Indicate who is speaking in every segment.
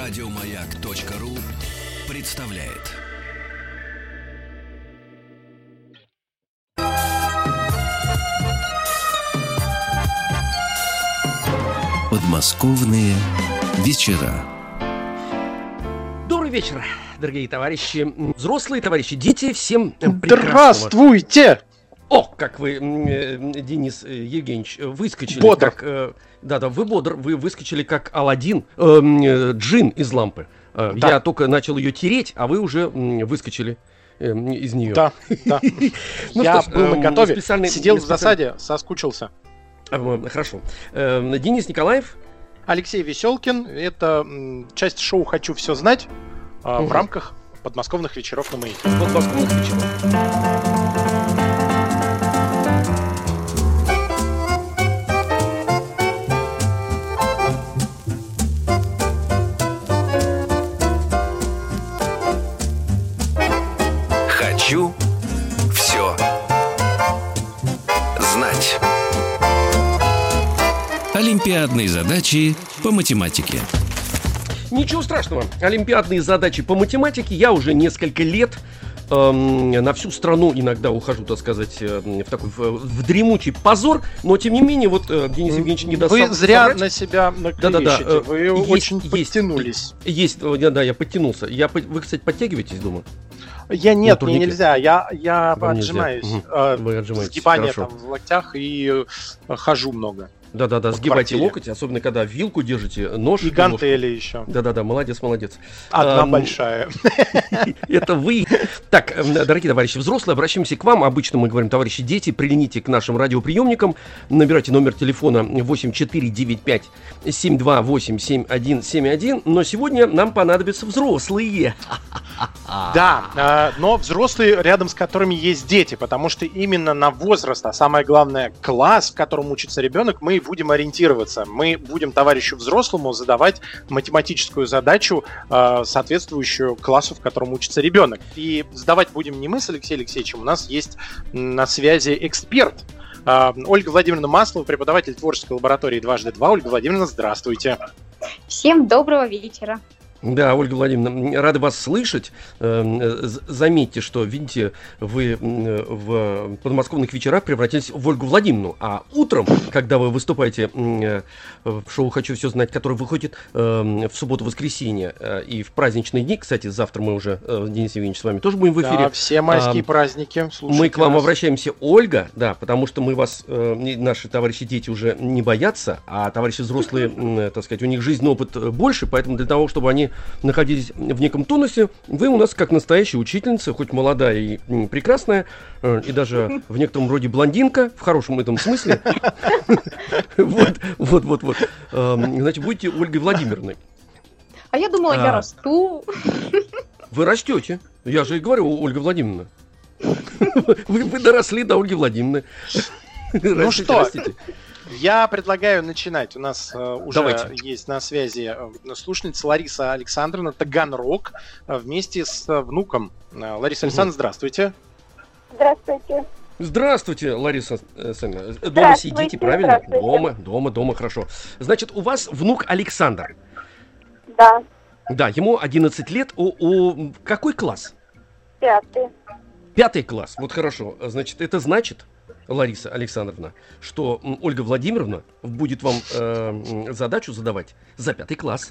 Speaker 1: Радиомаяк.ру представляет. Подмосковные вечера.
Speaker 2: Добрый вечер, дорогие товарищи, взрослые товарищи, дети, всем прекрасного.
Speaker 3: Здравствуйте!
Speaker 2: О, как вы, Денис Евгеньевич, выскочили.
Speaker 3: Бодр.
Speaker 2: Да, вы бодр, вы выскочили как Аладдин, джин из лампы.
Speaker 3: Да.
Speaker 2: Я только начал ее тереть, а вы уже выскочили из нее.
Speaker 3: Да.
Speaker 2: Ну
Speaker 3: Я
Speaker 2: что ж,
Speaker 3: был наготове, сидел в
Speaker 2: специальный-
Speaker 3: засаде, соскучился.
Speaker 2: Хорошо. Денис Николаев.
Speaker 3: Алексей Веселкин, это часть шоу «Хочу все знать» в
Speaker 2: Мгм.
Speaker 3: рамках подмосковных вечеров на Маяке.
Speaker 2: Подмосковных вечеров.
Speaker 1: Хочу все знать. Олимпиадные задачи по математике.
Speaker 2: Ничего страшного. Олимпиадные задачи по математике я уже несколько лет на всю страну иногда ухожу, так сказать, в такой в дремучий позор, но тем не менее, вот Денис Евгеньевич не даст
Speaker 3: Вы зря
Speaker 2: соврать.
Speaker 3: на себя
Speaker 2: Да-да-да,
Speaker 3: наклещите, вы
Speaker 2: есть-
Speaker 3: очень
Speaker 2: есть-
Speaker 3: подтянулись.
Speaker 2: Есть, да, я подтянулся. Вы, кстати, подтягиваетесь дома?
Speaker 3: Я нет,
Speaker 2: на
Speaker 3: мне
Speaker 2: турнике.
Speaker 3: нельзя, я
Speaker 2: Вам нельзя.
Speaker 3: отжимаюсь.
Speaker 2: Мгм. Вы отжимаетесь,
Speaker 3: Сгибание
Speaker 2: хорошо.
Speaker 3: там в локтях и хожу много.
Speaker 2: Да,
Speaker 3: в
Speaker 2: сгибайте
Speaker 3: квартире.
Speaker 2: локоть, особенно когда вилку держите, нож.
Speaker 3: И
Speaker 2: ложку.
Speaker 3: гантели еще.
Speaker 2: Да, молодец.
Speaker 3: Одна
Speaker 2: Ам,
Speaker 3: большая.
Speaker 2: Это вы. Так, дорогие товарищи взрослые, обращаемся к вам. Обычно мы говорим, товарищи дети, прильните к нашим радиоприемникам. Набирайте номер телефона 8495-728-7171. Но сегодня нам понадобятся взрослые.
Speaker 3: Да, но взрослые, рядом с которыми есть дети, потому что именно на возраст, а самое главное, класс, в котором учится ребенок, мы и будем ориентироваться. Мы будем товарищу взрослому задавать математическую задачу, соответствующую классу, в котором учится ребенок. И задавать будем не мы с Алексеем Алексеевичем, у нас есть на связи эксперт. Ольга Владимировна Маслова, преподаватель творческой лаборатории «Дважды два». Ольга Владимировна, здравствуйте.
Speaker 4: Всем доброго вечера.
Speaker 2: Да, Ольга Владимировна, рады вас слышать. Заметьте, что, видите, вы в подмосковных вечерах превратились в Ольгу Владимировну. А утром, когда вы выступаете в шоу «Хочу все знать», которое выходит в субботу-воскресенье и в праздничные дни, кстати, завтра мы уже, Денис Евгеньевич, с вами тоже будем в эфире.
Speaker 3: Да, все майские праздники.
Speaker 2: Мы к вам обращаемся, Ольга, да, потому что мы вас, наши товарищи дети уже не боятся, а товарищи взрослые, так сказать, у них жизненный опыт больше, поэтому для того, чтобы они находились в неком тонусе, вы у нас как настоящая учительница, хоть молодая и прекрасная, и даже в некотором роде блондинка, в хорошем этом смысле. Вот. Значит, будете Ольгой Владимировной.
Speaker 4: А я думала, я расту.
Speaker 2: Вы растете. Я же и говорю, Ольга Владимировна. Вы доросли до Ольги Владимировны.
Speaker 3: Ну что,
Speaker 2: растите.
Speaker 3: я предлагаю начинать. У нас уже
Speaker 2: Давайте.
Speaker 3: есть на связи слушательница Лариса Александровна, Таганрог, вместе с внуком. Лариса Александровна, здравствуйте.
Speaker 5: Здравствуйте.
Speaker 2: Здравствуйте, Лариса Александровна. Дома
Speaker 5: Здравствуйте,
Speaker 2: сидите, правильно?
Speaker 5: здравствуйте.
Speaker 2: Дома, хорошо. Значит, у вас внук Александр.
Speaker 5: Да,
Speaker 2: Да, ему 11 лет. Какой класс?
Speaker 5: 5-й.
Speaker 2: 5 класс. Вот хорошо. Значит, это значит, Лариса Александровна, что Ольга Владимировна будет вам задачу задавать за 5 класс.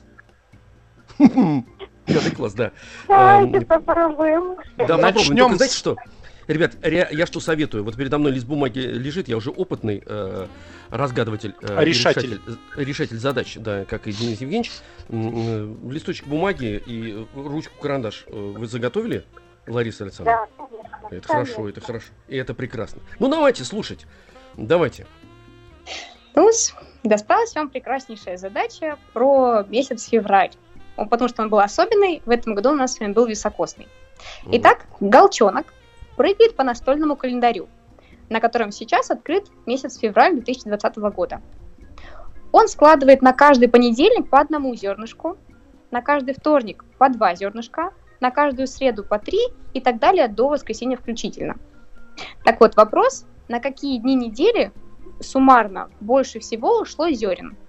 Speaker 2: 5 класс, да.
Speaker 5: Давайте попробуем.
Speaker 2: Да, попробуем.
Speaker 3: Начнем
Speaker 2: Только
Speaker 3: с-
Speaker 2: знаете что? Ребят, я что советую? Вот передо мной лист бумаги лежит, я уже опытный разгадыватель,
Speaker 3: Решатель.
Speaker 2: решатель задач, да, как и Денис Евгеньевич. Листочек бумаги и ручку, карандаш вы заготовили, Лариса Александровна?
Speaker 5: Да, конечно.
Speaker 2: Это хорошо, это хорошо. И это прекрасно. Ну, давайте слушать. Давайте.
Speaker 4: Ну, досталась вам прекраснейшая задача про месяц февраль. Потому что он был особенный, в этом году у нас с вами был високосный. Итак, Галчонок прыгает по настольному календарю, на котором сейчас открыт месяц февраль 2020 года. Он складывает на каждый понедельник по одному зернышку, на каждый вторник по 2 зернышка, на каждую среду по 3 и так далее до воскресенья включительно. Так вот, вопрос, на какие дни недели суммарно больше всего ушло зерен?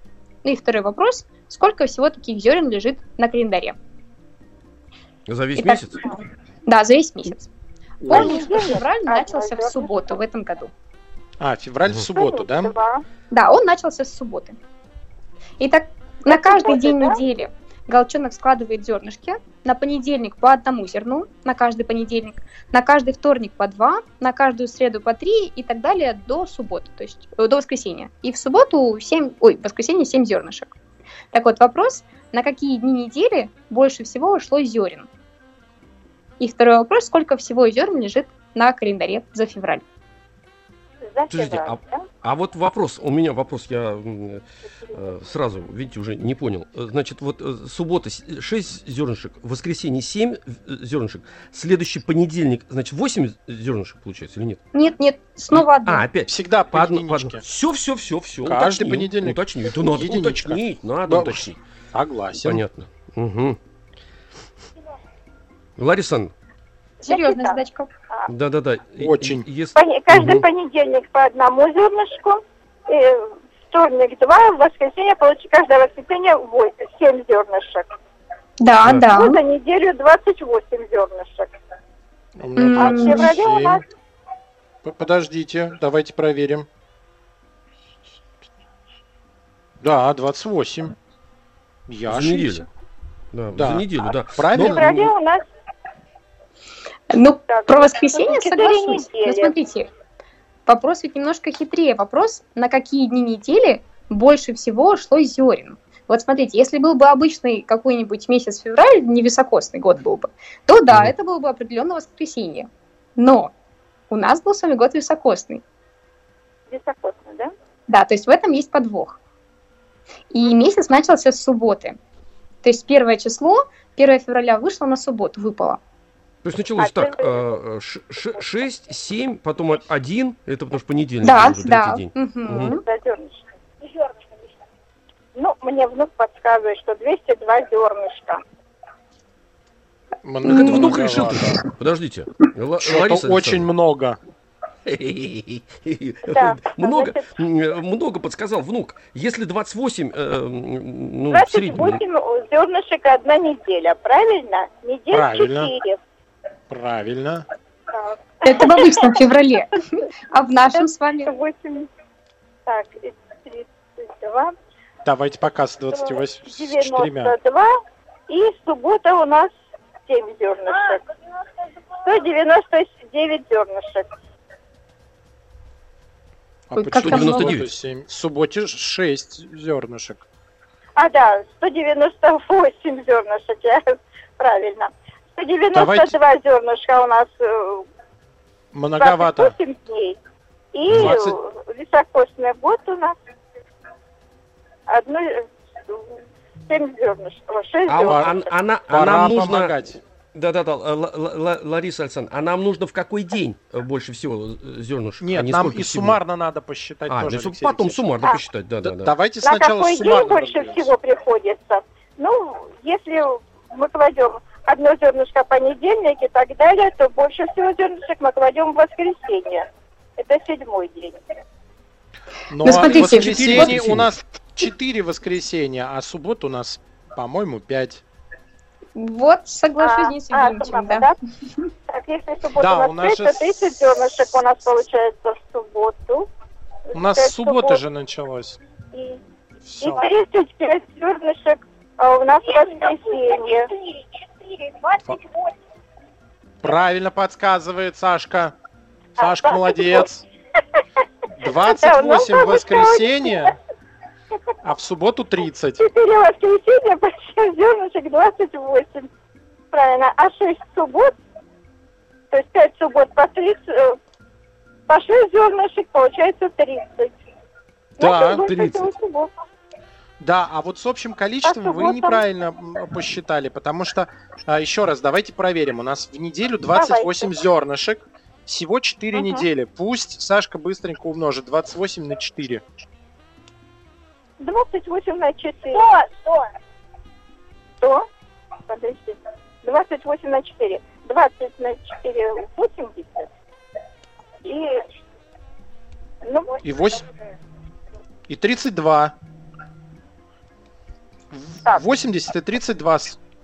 Speaker 4: Ну и второй вопрос. Сколько всего таких зерен лежит на календаре?
Speaker 2: За весь
Speaker 4: Итак,
Speaker 2: месяц?
Speaker 4: Да, за весь месяц.
Speaker 3: Ой.
Speaker 4: Помните, что февраль начался в субботу в этом году?
Speaker 3: Февраль в субботу, да?
Speaker 4: Да, он начался с субботы. Итак, на каждый день недели галчонок складывает зернышки. На понедельник по одному зерну, на каждый понедельник. На каждый вторник по 2, на каждую среду по 3 и так далее до субботы, то есть до воскресенья. И в субботу в воскресенье 7 зернышек. Так вот, вопрос, на какие дни недели больше всего ушло зерен? И второй вопрос, сколько всего зерен лежит на календаре за февраль?
Speaker 2: Подождите, а вот вопрос, у меня вопрос, я сразу, видите, уже не понял. Значит, вот суббота 6 зернышек, воскресенье 7 зернышек, следующий понедельник, значит, 8 зернышек получается или нет?
Speaker 4: Нет, снова одно.
Speaker 2: Опять.
Speaker 3: Всегда по
Speaker 2: По
Speaker 3: единичке.
Speaker 2: Все.
Speaker 3: Каждый понедельник.
Speaker 2: Уточнить. Да надо
Speaker 3: Единичка.
Speaker 2: уточнить, надо
Speaker 3: Да,
Speaker 2: уточнить.
Speaker 3: Согласен.
Speaker 2: Понятно. Угу. Лариса Ивановна,
Speaker 4: Серьезная задачка.
Speaker 2: да.
Speaker 3: Очень.
Speaker 5: Каждый понедельник по одному зернышку, вторник 2, воскресенье, каждое воскресенье 7 зернышек.
Speaker 4: Да.
Speaker 5: Ну, за неделю 28 зернышек.
Speaker 3: У меня
Speaker 5: А в феврале у нас...
Speaker 3: Подождите, давайте проверим. Да, 28. Я
Speaker 2: За
Speaker 3: ошибся.
Speaker 2: неделю. Да,
Speaker 3: Да.
Speaker 2: за неделю, да.
Speaker 3: Правильно?
Speaker 5: В феврале у нас...
Speaker 4: Ну,
Speaker 5: Так,
Speaker 4: про воскресенье
Speaker 5: 4
Speaker 4: соглашусь.
Speaker 5: недели.
Speaker 4: Но смотрите, вопрос ведь немножко хитрее. Вопрос, на какие дни недели больше всего шло зерен. Вот смотрите, если был бы обычный какой-нибудь месяц февраль, невисокосный год был бы, то да, это было бы определенно воскресенье. Но у нас был с вами год високосный.
Speaker 5: Високосный, да?
Speaker 4: Да, то есть в этом есть подвох. И месяц начался с субботы. То есть 1 число, 1 февраля вышло на субботу, выпало.
Speaker 2: То есть началось так, 6, 7, потом 1, это потому что понедельник,
Speaker 4: Да,
Speaker 2: уже
Speaker 4: да.
Speaker 2: третий день.
Speaker 4: Мгм.
Speaker 5: Да, зернышко. Ну, мне внук подсказывает, что 202 зернышка.
Speaker 2: Так это внук
Speaker 3: Многовато.
Speaker 2: решил. Подождите.
Speaker 3: Что-то
Speaker 2: Лариса
Speaker 3: очень много.
Speaker 5: Да,
Speaker 2: Много подсказал внук. Если 28, ну, в среднем...
Speaker 5: 28 зернышек одна неделя, правильно? Недель
Speaker 3: Правильно.
Speaker 5: 4.
Speaker 3: Правильно.
Speaker 5: Так,
Speaker 4: Это в обычном феврале. А в нашем с вами?
Speaker 5: 8. Так, 32.
Speaker 3: Давайте пока с 28 с 4.
Speaker 5: 92. И суббота у нас 7 зернышек. 199 зернышек.
Speaker 3: А
Speaker 4: Ой,
Speaker 3: почему
Speaker 4: как-то много.
Speaker 3: 99? В субботе 6 зернышек.
Speaker 5: А, да, 198 зернышек, правильно. 192 зернышка у нас
Speaker 3: Многовато.
Speaker 5: 28 дней. И
Speaker 3: 20.
Speaker 5: високосный год у нас 7 зернышек, 6 зернышек.
Speaker 2: А
Speaker 3: Пора
Speaker 2: нам нужно...
Speaker 3: помогать.
Speaker 2: Да, Лариса Александровна, а нам нужно в какой день больше всего зернышек?
Speaker 3: Нет, нам и суммарно надо посчитать тоже,
Speaker 2: значит,
Speaker 3: Алексей
Speaker 2: потом
Speaker 3: Алексеевич.
Speaker 2: суммарно посчитать, да.
Speaker 3: Давайте
Speaker 5: На
Speaker 3: сначала
Speaker 5: какой день
Speaker 3: суммарно
Speaker 5: больше
Speaker 3: разберемся.
Speaker 5: всего приходится? Ну, если мы кладем одно зернышко в понедельник и так далее, то больше всего зернышек мы кладем в воскресенье. Это 7-й день.
Speaker 3: Но
Speaker 4: Ну, смотрите,
Speaker 3: воскресенье
Speaker 2: вот-
Speaker 3: у нас 4 воскресенья, а суббота у нас, по-моему, 5.
Speaker 4: Вот, соглашусь здесь с Евгеньевичем, да.
Speaker 5: Так, если суббота
Speaker 3: Да,
Speaker 5: у
Speaker 3: у
Speaker 5: нас
Speaker 3: нас
Speaker 5: 5, то
Speaker 3: же
Speaker 5: 30 зернышек у нас получается в субботу.
Speaker 3: У нас
Speaker 5: Пять
Speaker 3: суббота
Speaker 5: суббот
Speaker 3: же началась.
Speaker 5: И
Speaker 3: Все.
Speaker 5: 35 зернышек у нас в воскресенье.
Speaker 3: Правильно подсказывает Сашка. Сашка
Speaker 5: А,
Speaker 3: молодец. 28 в воскресенье, а в субботу 30.
Speaker 5: 4 воскресенья, по 6 зернышек, 28. Правильно. А 6 суббот, то есть 5 суббот по 30, по 6 зернышек получается 30.
Speaker 3: Да,
Speaker 5: Значит, больше
Speaker 2: 30.
Speaker 5: всего суббот.
Speaker 3: Да, а вот с общим количеством
Speaker 5: А
Speaker 3: вы
Speaker 5: суббота?
Speaker 3: неправильно посчитали, потому что, еще раз, давайте проверим. У нас в неделю 28 зернышек, всего 4 недели. Пусть Сашка быстренько умножит 28 на 4.
Speaker 5: 28 на 4. 100? Подожди. 28 на 4. 20 на 4 – 80. И... Ну,
Speaker 3: И 8. И 32.
Speaker 5: Так.
Speaker 3: 80 и 32.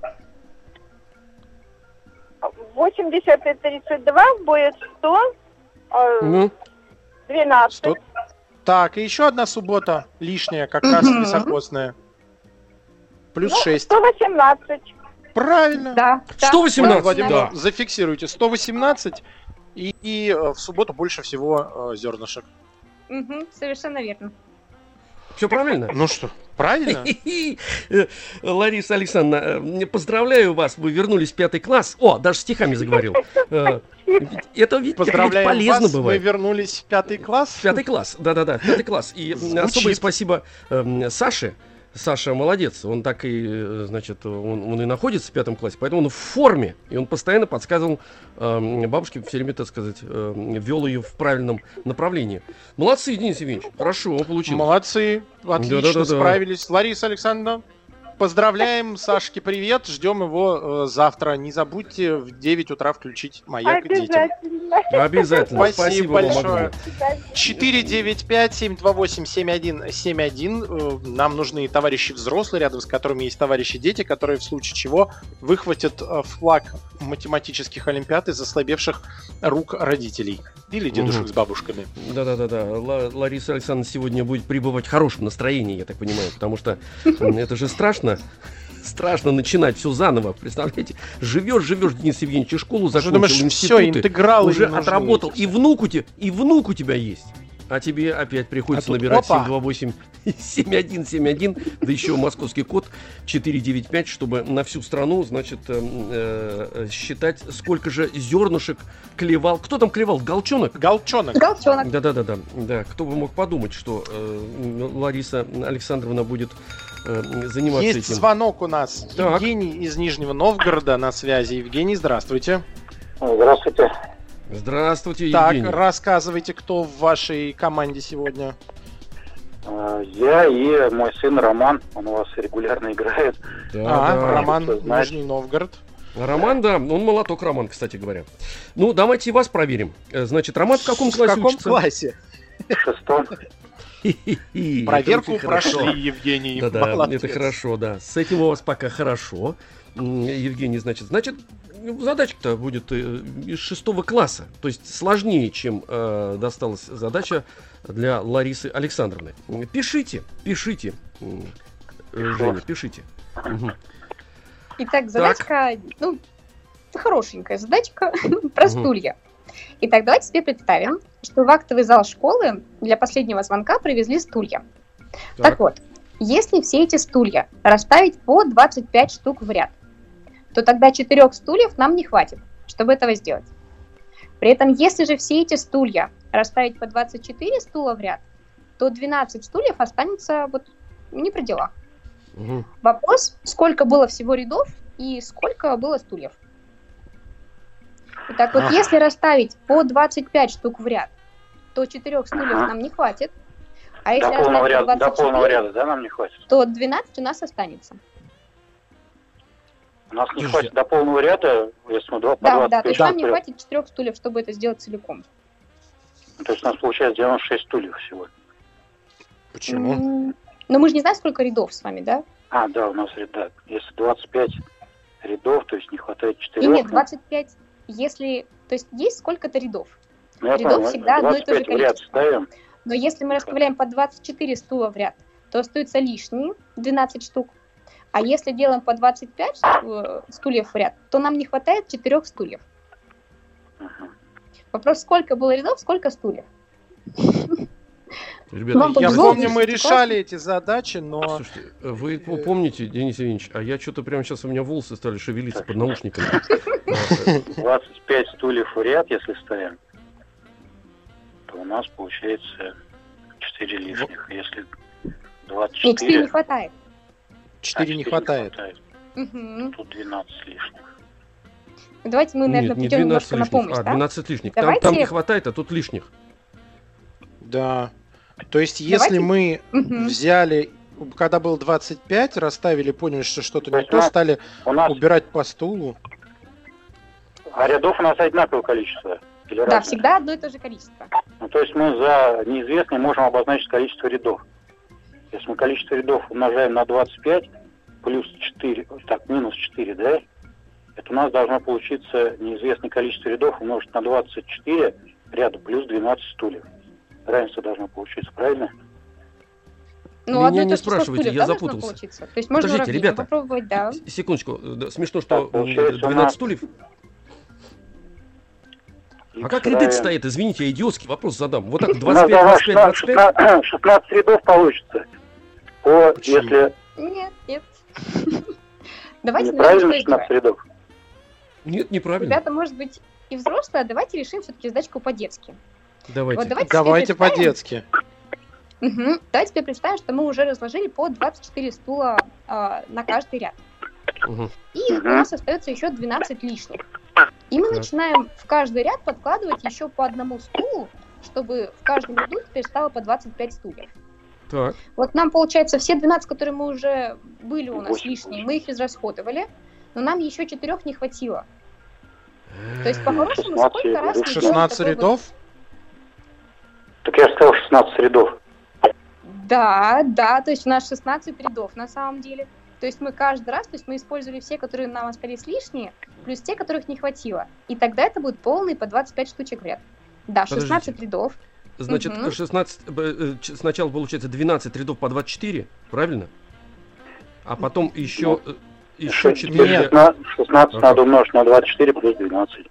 Speaker 5: 80 и 32 будет 100,
Speaker 2: Ну,
Speaker 5: 12.
Speaker 3: 100. Так, и еще одна суббота лишняя, как раз високосная. Плюс 6.
Speaker 5: 118.
Speaker 3: Правильно.
Speaker 4: Да.
Speaker 2: 118,
Speaker 3: Владимир,
Speaker 2: да.
Speaker 3: зафиксируйте. 118. И в субботу больше всего зернышек.
Speaker 4: Совершенно верно.
Speaker 2: Все правильно?
Speaker 3: Ну что, правильно?
Speaker 2: Лариса Александровна, поздравляю вас, вы вернулись в 5 класс. О, даже стихами заговорил. Это ведь
Speaker 3: Поздравляем
Speaker 2: полезно
Speaker 3: вас, вы
Speaker 2: бывает.
Speaker 3: вернулись в 5 класс.
Speaker 2: 5 класс, да-да-да, 5 класс. И
Speaker 3: Звучит.
Speaker 2: особое спасибо Саше. Саша молодец, он так и, значит, он и находится в 5 классе, поэтому он в форме, и он постоянно подсказывал бабушке, все время, так сказать, вел ее в правильном направлении. Молодцы, Денис Евгеньевич, хорошо, получилось.
Speaker 3: Молодцы, отлично
Speaker 2: Да-да-да-да.
Speaker 3: справились. Лариса Александровна, поздравляем, Сашке привет, ждем его завтра. Не забудьте в 9 утра включить «Маяк» детям.
Speaker 5: Обязательно.
Speaker 2: Обязательно,
Speaker 3: Спасибо
Speaker 2: вам
Speaker 3: большое.
Speaker 2: огромное.
Speaker 3: 495-728-7171. Нам нужны товарищи взрослые, рядом с которыми есть товарищи дети, которые в случае чего выхватят флаг математических олимпиад из ослабевших рук родителей. Или дедушек с бабушками.
Speaker 2: Да-да-да-да. Лариса Александровна сегодня будет пребывать в хорошем настроении, я так понимаю, потому что это же страшно. Страшно начинать все заново, представляете? Живешь, Денис Евгеньевич, и школу закончил,
Speaker 3: думаешь,
Speaker 2: институты,
Speaker 3: всё, интегралы
Speaker 2: уже
Speaker 3: не нужны
Speaker 2: отработал,
Speaker 3: эти.
Speaker 2: и внук у тебя есть. А тебе опять приходится
Speaker 3: А тут
Speaker 2: набирать
Speaker 3: опа.
Speaker 2: 728-7171, да еще московский код 495, чтобы на всю страну, значит, считать, сколько же зернышек клевал. Кто там клевал? Галчонок?
Speaker 3: Галчонок.
Speaker 4: Галчонок.
Speaker 2: Да. Кто бы мог подумать, что Лариса Александровна будет заниматься
Speaker 3: Есть
Speaker 2: этим.
Speaker 3: звонок у нас.
Speaker 2: Так.
Speaker 3: Евгений из Нижнего Новгорода на связи. Евгений, здравствуйте.
Speaker 6: Здравствуйте.
Speaker 2: Здравствуйте,
Speaker 3: Так,
Speaker 2: Евгений.
Speaker 3: рассказывайте, кто в вашей команде сегодня.
Speaker 6: Я и мой сын Роман, он у вас регулярно играет.
Speaker 2: Да.
Speaker 3: Роман,
Speaker 6: Кто знает.
Speaker 3: Нижний Новгород.
Speaker 2: Роман, да, он молоток, Роман, кстати говоря. Ну, давайте и вас проверим. Значит, Роман в каком классе учится?
Speaker 3: классе?
Speaker 6: В 6-м.
Speaker 2: Хи-хи-хи,
Speaker 3: Проверку
Speaker 2: это очень хорошо.
Speaker 3: прошли, Евгений.
Speaker 2: Да-да,
Speaker 3: Молодец.
Speaker 2: это хорошо, да. С этим у вас пока хорошо. Евгений, значит, задачка-то будет из 6 класса. То есть сложнее, чем досталась задача для Ларисы Александровны. Пишите, Женя, пишите. Мгм.
Speaker 4: Итак, задачка, хорошенькая задачка про стулья. Итак, давайте себе представим, что в актовый зал школы для последнего звонка привезли стулья. Так вот, если все эти стулья расставить по 25 штук в ряд, то тогда 4 стульев нам не хватит, чтобы этого сделать. При этом, если же все эти стулья расставить по 24 стула в ряд, то 12 стульев останется не при делах.
Speaker 2: Мгм.
Speaker 4: Вопрос, сколько было всего рядов и сколько было стульев. Итак, вот если расставить по 25 штук в ряд, то 4 стульев нам не хватит. А если
Speaker 6: До полного
Speaker 4: расставить по
Speaker 6: ряда,
Speaker 4: 24,
Speaker 6: да, нам не хватит?
Speaker 4: то 12 у нас останется.
Speaker 6: У нас не
Speaker 2: Слушайте,
Speaker 6: хватит до полного ряда, если мы по
Speaker 4: Да,
Speaker 6: 25
Speaker 4: то есть нам не
Speaker 6: вперед.
Speaker 4: хватит 4 стульев, чтобы это сделать целиком.
Speaker 6: То есть у нас получается 96 стульев всего.
Speaker 3: Почему?
Speaker 4: Но мы же не знаем, сколько рядов с вами, да?
Speaker 6: Да, у нас ряда. Если 25 рядов, то есть не хватает 4.
Speaker 4: И нет, 25, если... То есть есть сколько-то рядов. Рядов всегда одно и то же
Speaker 6: 25 в ряд
Speaker 4: количество.
Speaker 6: ставим.
Speaker 4: Но если мы расставляем по 24 стула в ряд, то остаются лишние 12 штук. А если делаем по 25 стульев в ряд, то нам не хватает 4 стульев. Вопрос, сколько было рядов, сколько стульев.
Speaker 2: Ребята,
Speaker 4: Вам
Speaker 3: Я
Speaker 4: повезло,
Speaker 3: помню, мы
Speaker 4: слушайте,
Speaker 3: решали эти задачи, но...
Speaker 2: Слушайте, вы помните, Денис Евгеньевич, а я что-то прямо сейчас у меня волосы стали шевелиться
Speaker 6: Так,
Speaker 2: под наушниками.
Speaker 6: 25 стульев в ряд, если ставим, то у нас получается 4 лишних. Если
Speaker 4: Нет,
Speaker 6: 24...
Speaker 4: 4 не хватает.
Speaker 3: 4 не хватает.
Speaker 4: Мгм.
Speaker 6: Тут 12 лишних.
Speaker 4: Давайте мы, наверное,
Speaker 2: Нет, не
Speaker 4: придем
Speaker 2: 12
Speaker 4: немножко на
Speaker 2: лишних,
Speaker 4: помощь,
Speaker 2: а
Speaker 4: да?
Speaker 2: 12 лишних.
Speaker 4: Давайте-
Speaker 2: Там не хватает, а тут лишних.
Speaker 3: Да. То есть, если
Speaker 4: Давайте-
Speaker 3: мы
Speaker 4: Мгм.
Speaker 3: взяли, когда было 25, расставили, поняли, что что-то не то, стали
Speaker 6: У нас
Speaker 3: убирать по стулу.
Speaker 6: рядов у нас одинаковое количество. Или
Speaker 4: Да,
Speaker 6: разное?
Speaker 4: всегда одно и то же количество.
Speaker 6: Ну, то есть мы за неизвестный можем обозначить количество рядов. Если мы количество рядов умножаем на 25, плюс 4, так, минус 4, да? Это у нас должно получиться неизвестное количество рядов умножить на 24 ряда плюс 12 стульев. Равенство должно получиться, правильно?
Speaker 4: Ну,
Speaker 2: Меня не спрашивайте, я запутался.
Speaker 4: То есть можно
Speaker 2: Подождите, ребята,
Speaker 4: попробовать, да.
Speaker 2: Секундочку, смешно, что
Speaker 6: Так, получается,
Speaker 2: 12 стульев. А как ряды
Speaker 6: равен-
Speaker 2: стоят? Извините, я идиотский вопрос задам. Вот так,
Speaker 6: У нас
Speaker 2: 25,
Speaker 6: давай
Speaker 2: 25, 25?
Speaker 6: 16 рядов получится.
Speaker 2: Почему?
Speaker 6: Если
Speaker 4: Нет. Давайте,
Speaker 6: неправильно
Speaker 4: наверное,
Speaker 6: 16 рядов.
Speaker 2: Нет, неправильно.
Speaker 4: Ребята, может быть, и взрослые, а давайте решим все-таки задачку по-детски.
Speaker 2: Давайте.
Speaker 4: Вот давайте
Speaker 3: Давайте
Speaker 4: себе представим-
Speaker 3: по-детски.
Speaker 4: Мгм. Давайте себе представим, что мы уже разложили по 24 стула на каждый ряд.
Speaker 2: Мгм.
Speaker 4: И у нас остается еще 12 лишних. И мы
Speaker 2: Так.
Speaker 4: начинаем в каждый ряд подкладывать еще по одному стулу, чтобы в каждом ряду теперь стало по 25 стульев.
Speaker 2: Так.
Speaker 4: Вот нам, получается, все 12, которые мы уже были у нас
Speaker 6: 8.
Speaker 4: лишние, мы их израсходовали, но нам еще 4 не хватило. То есть, по-хорошему,
Speaker 6: 16
Speaker 4: сколько раз мы делаем
Speaker 3: 16
Speaker 4: такой вот-
Speaker 3: рядов?
Speaker 6: Так я же сказал 16 рядов.
Speaker 4: Да, то есть у нас 16 рядов на самом деле. То есть мы каждый раз, то есть мы использовали все, которые нам остались лишние, плюс те, которых не хватило. И тогда это будет полный по 25 штучек в ряд. Да, 16
Speaker 2: Подождите.
Speaker 4: рядов.
Speaker 2: Значит,
Speaker 4: Мгм.
Speaker 2: 16, сначала получается 12 рядов по 24, правильно? А потом еще, еще
Speaker 6: Нет.
Speaker 2: 4.
Speaker 6: 16 надо умножить на 24 плюс 12.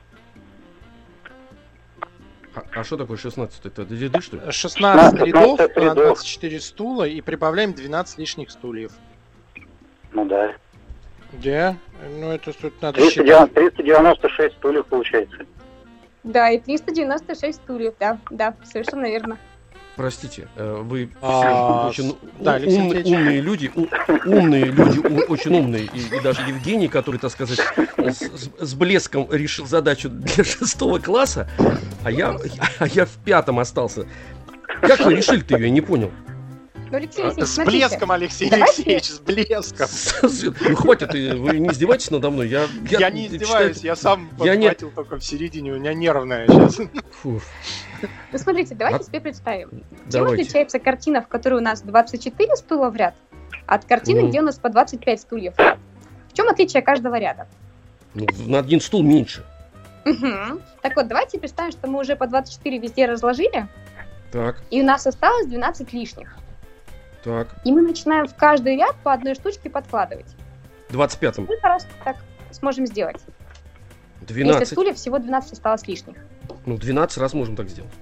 Speaker 2: А что такое 16? Это ряды, что ли?
Speaker 3: 16 рядов
Speaker 6: 16
Speaker 3: на
Speaker 6: рядов.
Speaker 3: 24 стула и прибавляем 12 лишних стульев.
Speaker 6: Ну да.
Speaker 3: Где? Ну, это тут надо считать.
Speaker 6: 396 стульев получается.
Speaker 4: Да, и 396 стульев, да, совершенно верно.
Speaker 2: Простите, вы
Speaker 3: А,
Speaker 2: очень
Speaker 3: да, Алексей Алексеевич.
Speaker 2: умные люди, умные люди, очень умные, и даже Евгений, который, так сказать, с блеском решил задачу для 6 класса, а я в 5 остался. Как вы решили-то ее, я не понял.
Speaker 4: Ну, Алексей Алексеевич,
Speaker 3: С
Speaker 4: смотрите.
Speaker 3: блеском, Алексей
Speaker 4: Давайте-
Speaker 3: Алексеевич, с блеском.
Speaker 2: Ну хватит, вы не издевайтесь надо мной. Я
Speaker 3: Я не издеваюсь, я сам
Speaker 2: Я не-
Speaker 3: подхватил только в середине, у меня нервная сейчас.
Speaker 2: Фу,
Speaker 4: Ну, смотрите, давайте
Speaker 2: А-
Speaker 4: себе представим. Чем
Speaker 2: давайте.
Speaker 4: отличается картина, в которой у нас 24 стула в ряд, от картины,
Speaker 2: Ну.
Speaker 4: где у нас по 25 стульев в ряд? В чем отличие каждого ряда?
Speaker 2: Ну, на один стул меньше.
Speaker 4: Мгм. Так вот, давайте представим, что мы уже по 24 везде разложили,
Speaker 2: Так,
Speaker 4: и у нас осталось 12 лишних.
Speaker 2: так.
Speaker 4: И мы начинаем в каждый ряд по одной штучке подкладывать.
Speaker 2: 25-м.
Speaker 4: Сколько раз так сможем сделать? Если
Speaker 2: 12.
Speaker 4: стульев всего 12 осталось лишних.
Speaker 2: Ну, 12 раз можем так сделать.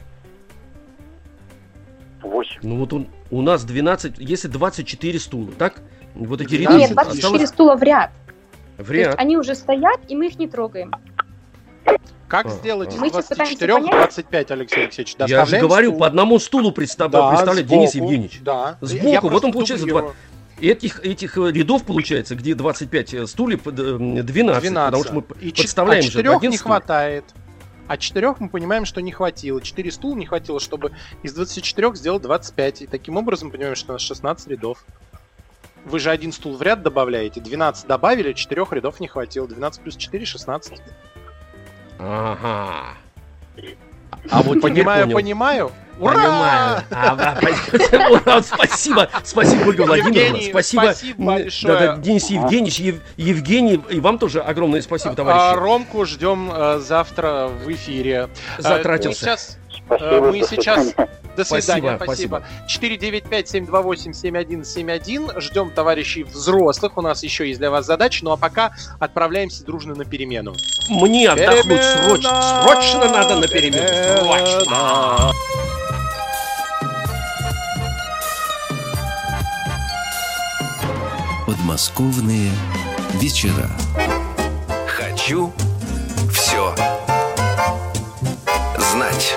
Speaker 6: 8.
Speaker 2: Ну, вот у нас 12, если 24 стула, так? Вот эти
Speaker 3: 12
Speaker 2: ряды
Speaker 4: Нет, 24
Speaker 2: осталось
Speaker 4: стула в ряд.
Speaker 2: в
Speaker 4: То есть
Speaker 2: ряд.
Speaker 4: они уже стоят, и мы их не трогаем.
Speaker 3: Как
Speaker 2: А,
Speaker 3: сделать из
Speaker 4: Мы сейчас
Speaker 3: 24
Speaker 4: пытаемся
Speaker 3: 25, Алексей Алексеевич?
Speaker 2: Я же
Speaker 3: Доставляем
Speaker 2: говорю,
Speaker 3: стул.
Speaker 2: по одному стулу представляет Денис
Speaker 3: сбоку,
Speaker 2: Евгеньевич.
Speaker 3: Да.
Speaker 2: Сбоку,
Speaker 3: Я
Speaker 2: вот
Speaker 3: просто
Speaker 2: он получается
Speaker 3: дублирую.
Speaker 2: Этих рядов получается, где 25 стульев, 12, потому что мы
Speaker 3: И
Speaker 2: подставляем же в
Speaker 3: 4
Speaker 2: один
Speaker 3: не
Speaker 2: стул.
Speaker 3: хватает. А 4 мы понимаем, что не хватило. 4 стула не хватило, чтобы из 24 сделать 25. И таким образом понимаем, что у нас 16 рядов. Вы же один стул в ряд добавляете. 12 добавили, 4 рядов не хватило. 12 плюс 4 — 16.
Speaker 2: Ага. А вот теперь понял.
Speaker 3: Понимаю.
Speaker 2: Понимаю.
Speaker 3: Ура!
Speaker 2: Ура, спасибо, Ольга Владимировна,
Speaker 3: Евгений,
Speaker 2: спасибо.
Speaker 3: спасибо большое.
Speaker 2: Да, Денис Евгеньевич, Евгений, и вам тоже огромное спасибо, товарищи.
Speaker 3: Ромку ждем завтра в эфире.
Speaker 2: Затратился.
Speaker 6: Спасибо,
Speaker 3: Мы
Speaker 6: до
Speaker 3: сейчас...
Speaker 6: свидания.
Speaker 3: До свидания,
Speaker 2: Спасибо,
Speaker 3: спасибо. 495-728-7171. Ждем товарищей взрослых. У нас еще есть для вас задачи. Ну а пока отправляемся дружно на перемену.
Speaker 2: Мне отдохнуть
Speaker 3: Перемена!
Speaker 2: срочно надо на перемену. Срочно.
Speaker 3: Перемена!
Speaker 1: Подмосковные вечера. Хочу все знать.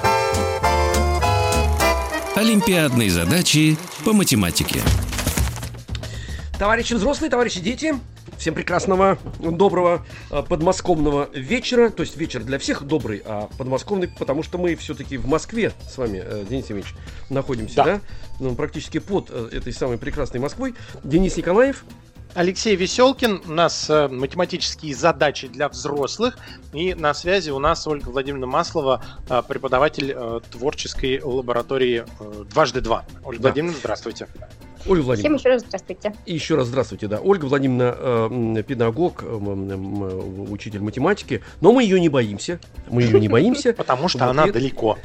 Speaker 1: Олимпиадные задачи по математике.
Speaker 2: Товарищи взрослые, товарищи дети, всем прекрасного, доброго подмосковного вечера. То есть вечер для всех добрый, а подмосковный, потому что мы все-таки в Москве с вами, Денис Евгеньевич, находимся, да? Ну, практически под этой самой прекрасной Москвой. Денис Николаев.
Speaker 3: Алексей Веселкин. У нас математические задачи для взрослых. И на связи у нас Ольга Владимировна Маслова, преподаватель творческой лаборатории 2x2. Ольга
Speaker 2: Да.
Speaker 3: Владимировна, здравствуйте.
Speaker 2: Ольга Владимировна.
Speaker 4: Всем еще раз здравствуйте.
Speaker 2: И еще раз здравствуйте, да. Ольга Владимировна, педагог, учитель математики, но мы ее не боимся.
Speaker 3: Потому что она далеко.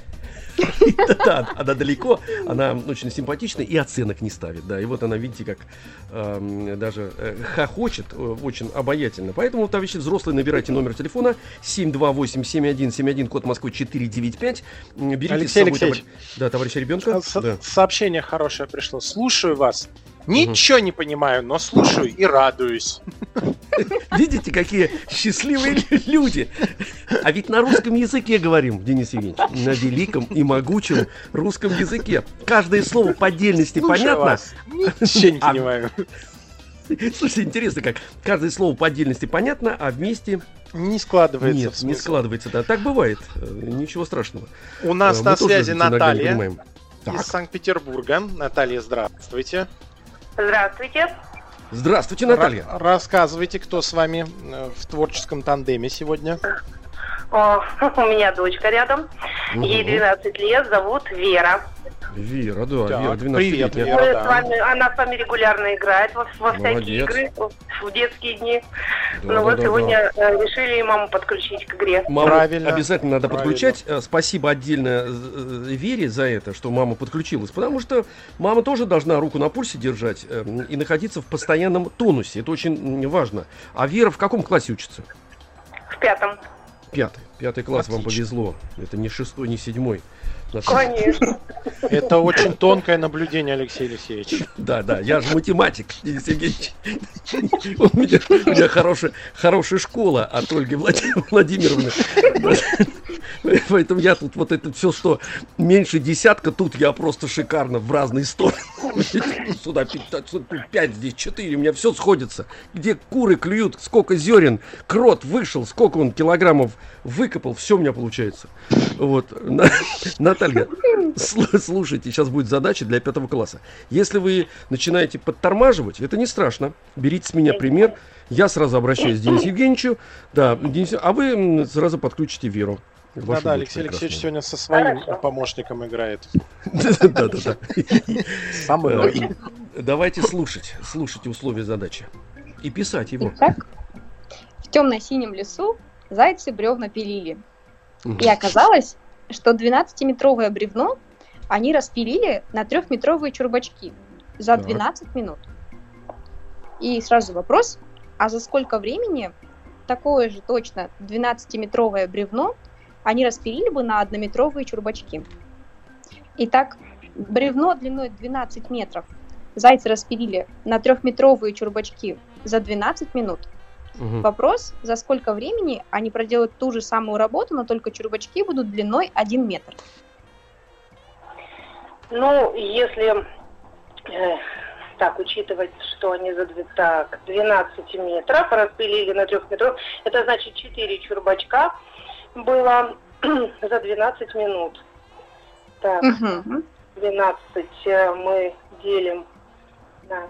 Speaker 2: Да, она далеко, она очень симпатична и оценок не ставит, да, и вот она, видите, как даже хохочет, очень обаятельно. Поэтому, товарищи взрослые, набирайте номер телефона 728-7171, код Москвы 495. Берите
Speaker 3: Алексей
Speaker 2: с собой
Speaker 3: Алексеевич,
Speaker 2: товарища ребенка. Да.
Speaker 3: Сообщение хорошее пришло. Слушаю вас. Ничего не понимаю, но слушаю и радуюсь.
Speaker 2: Видите, какие счастливые люди. А ведь на русском языке говорим, Денис Евгеньевич, на великом и могучем русском языке. Каждое слово по отдельности понятно.
Speaker 3: Вас. Ничего не понимаю.
Speaker 2: Слушайте, интересно, как каждое слово по отдельности понятно, а вместе
Speaker 3: не складывается.
Speaker 2: Нет, не складывается, да. Так бывает. Ничего страшного.
Speaker 3: У нас на связи Наталья
Speaker 2: из
Speaker 3: Санкт-Петербурга. Наталья, здравствуйте.
Speaker 5: Здравствуйте.
Speaker 2: Здравствуйте, Наталья.
Speaker 3: Рассказывайте, кто с вами в творческом тандеме сегодня.
Speaker 5: У меня дочка рядом. Ей 12 лет, зовут Вера.
Speaker 2: Вера, да,
Speaker 3: Так,
Speaker 2: Вера, 12
Speaker 3: привет,
Speaker 2: лет.
Speaker 3: Вера, да.
Speaker 5: Она с вами регулярно играет во всякие игры в детские дни. Сегодня решили маму подключить к игре.
Speaker 2: Маму
Speaker 3: Правильно.
Speaker 2: Обязательно надо подключать. Спасибо отдельно Вере за это, что мама подключилась. Потому что мама тоже должна руку на пульсе держать и находиться в постоянном тонусе. Это очень важно. А Вера в каком классе учится?
Speaker 5: В 5-м.
Speaker 2: Пятый класс. Отлично. Вам повезло. Это не 6-й, не 7-й.
Speaker 5: Конечно.
Speaker 3: Это очень тонкое наблюдение, Алексей Алексеевич.
Speaker 2: Да, я же математик, Денис Евгеньевич. У меня хорошая школа от Ольги Владимировны. Поэтому я тут вот это все, что меньше десятка, тут я просто шикарно в разные стороны. Сюда 5, здесь 4, у меня все сходится. Где куры клюют, сколько зерен, крот вышел, сколько он килограммов выкопал, все у меня получается. Вот. Наталья, слушайте, сейчас будет задача для 5 класса. Если вы начинаете подтормаживать, это не страшно. Берите с меня пример. Я сразу обращаюсь к Денису Евгеньевичу. Да, Денис, а вы сразу подключите Веру.
Speaker 3: Да, Алексей Алексеевич сегодня со своим помощником играет.
Speaker 2: Да.
Speaker 3: Со мной.
Speaker 2: Давайте слушайте условия задачи и писать его.
Speaker 4: Итак, в темно-синем лесу зайцы бревна пилили. И оказалось, что 12-метровое бревно они распилили на 3-метровые чурбачки за 12 минут. И сразу вопрос, а за сколько времени такое же точно 12-метровое бревно они распилили бы на 1-метровые чурбачки? Итак, бревно длиной 12 метров зайцы распилили на 3-метровые чурбачки за 12 минут. Вопрос, за сколько времени они проделают ту же самую работу, но только чурбачки будут длиной 1 метр.
Speaker 5: Ну, если учитывать, что они за 12 метров распилили на 3 метров, это значит 4 чурбачка было за 12 минут. Так, 12 мы делим на...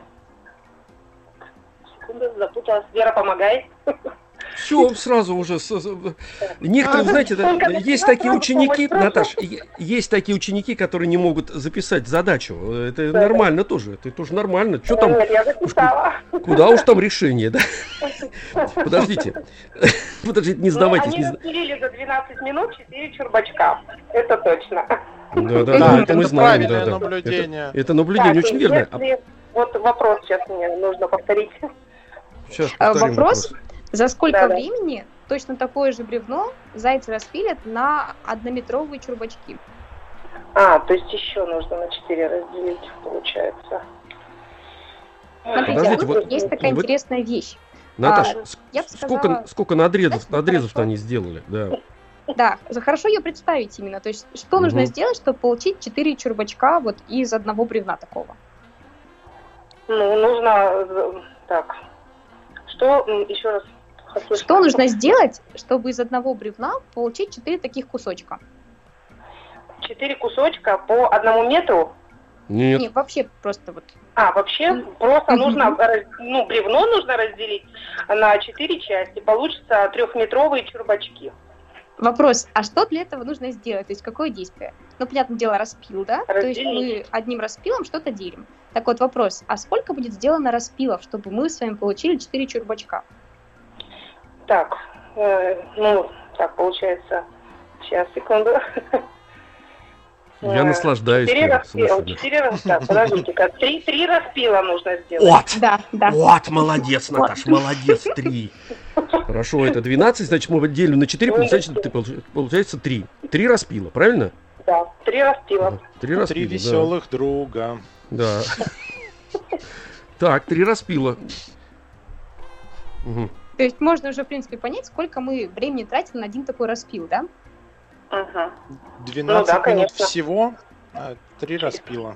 Speaker 5: Запуталась. Вера, помогай.
Speaker 2: Все, сразу уже. Некоторые, знаете, есть такие ученики, Наташ, есть такие ученики, которые не могут записать задачу. Это нормально тоже. Это тоже нормально. Что там?
Speaker 5: Нет, я записала.
Speaker 2: Куда уж там решение, да? Подождите, не сдавайтесь.
Speaker 5: Они распилили за 12 минут 4 чурбачка. Это точно.
Speaker 2: Да, это мы знаем.
Speaker 3: Правильное наблюдение.
Speaker 2: Это наблюдение очень верное.
Speaker 5: Вот вопрос сейчас мне нужно повторить.
Speaker 4: Вопрос, за сколько времени точно такое же бревно зайцы распилят на 1-метровые чурбачки?
Speaker 5: То есть еще нужно на 4 разделить, получается.
Speaker 4: Смотрите, есть такая интересная вещь.
Speaker 2: Наташа,
Speaker 4: я бы сказала,
Speaker 2: сколько надрезов-то они сделали?
Speaker 4: Да, хорошо ее представить именно. То есть, что нужно сделать, чтобы получить 4 чурбачка вот из одного бревна такого?
Speaker 5: Ну, нужно... Так... Что, еще раз хочу
Speaker 4: Что нужно сделать, чтобы из одного бревна получить 4 таких кусочка?
Speaker 5: 4 кусочка по 1 метру?
Speaker 2: Нет,
Speaker 4: вообще просто вот.
Speaker 5: Вообще просто нужно, бревно нужно разделить на 4 части. Получится 3-метровые чурбачки.
Speaker 4: Вопрос, а что для этого нужно сделать? То есть какое действие? Ну, понятное дело, распил, да?
Speaker 5: Разделить.
Speaker 4: То есть мы одним распилом что-то делим. Так вот вопрос, а сколько будет сделано распилов, чтобы мы с вами получили 4 чурбачка?
Speaker 5: Так, так получается. Сейчас, секунду.
Speaker 2: Я наслаждаюсь.
Speaker 5: 4 распила. Подождите, как 3 распила нужно сделать.
Speaker 2: Вот!
Speaker 4: Да.
Speaker 2: Вот, молодец, Наташ, молодец, 3. Хорошо, это 12, значит, мы делим на 4, получается 3. 3 распила, правильно?
Speaker 5: Да, 3 распила.
Speaker 2: 3 распила,
Speaker 3: 3 веселых друга.
Speaker 2: Да. Так, 3 распила. Угу.
Speaker 4: То есть можно уже, в принципе, понять, сколько мы времени тратим на один такой распил, да?
Speaker 5: Ага.
Speaker 3: 12 минут всего, 3 распила.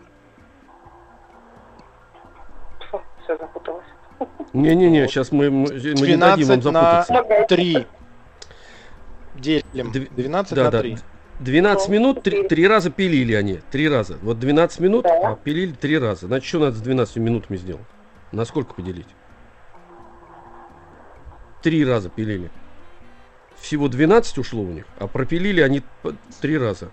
Speaker 5: Все запуталось.
Speaker 2: Не-не-не, сейчас мы не дадим вам
Speaker 3: 12 на
Speaker 2: запутаться.
Speaker 3: 3. Делим. 12 на 3.
Speaker 2: 12 минут, 3 раза пилили они. 3 раза. Вот 12 минут,
Speaker 5: Да.
Speaker 2: а пилили 3 раза. Значит, что надо с 12 минутами сделать? На сколько поделить? 3 раза пилили. Всего 12 ушло у них, а пропилили они 3 раза.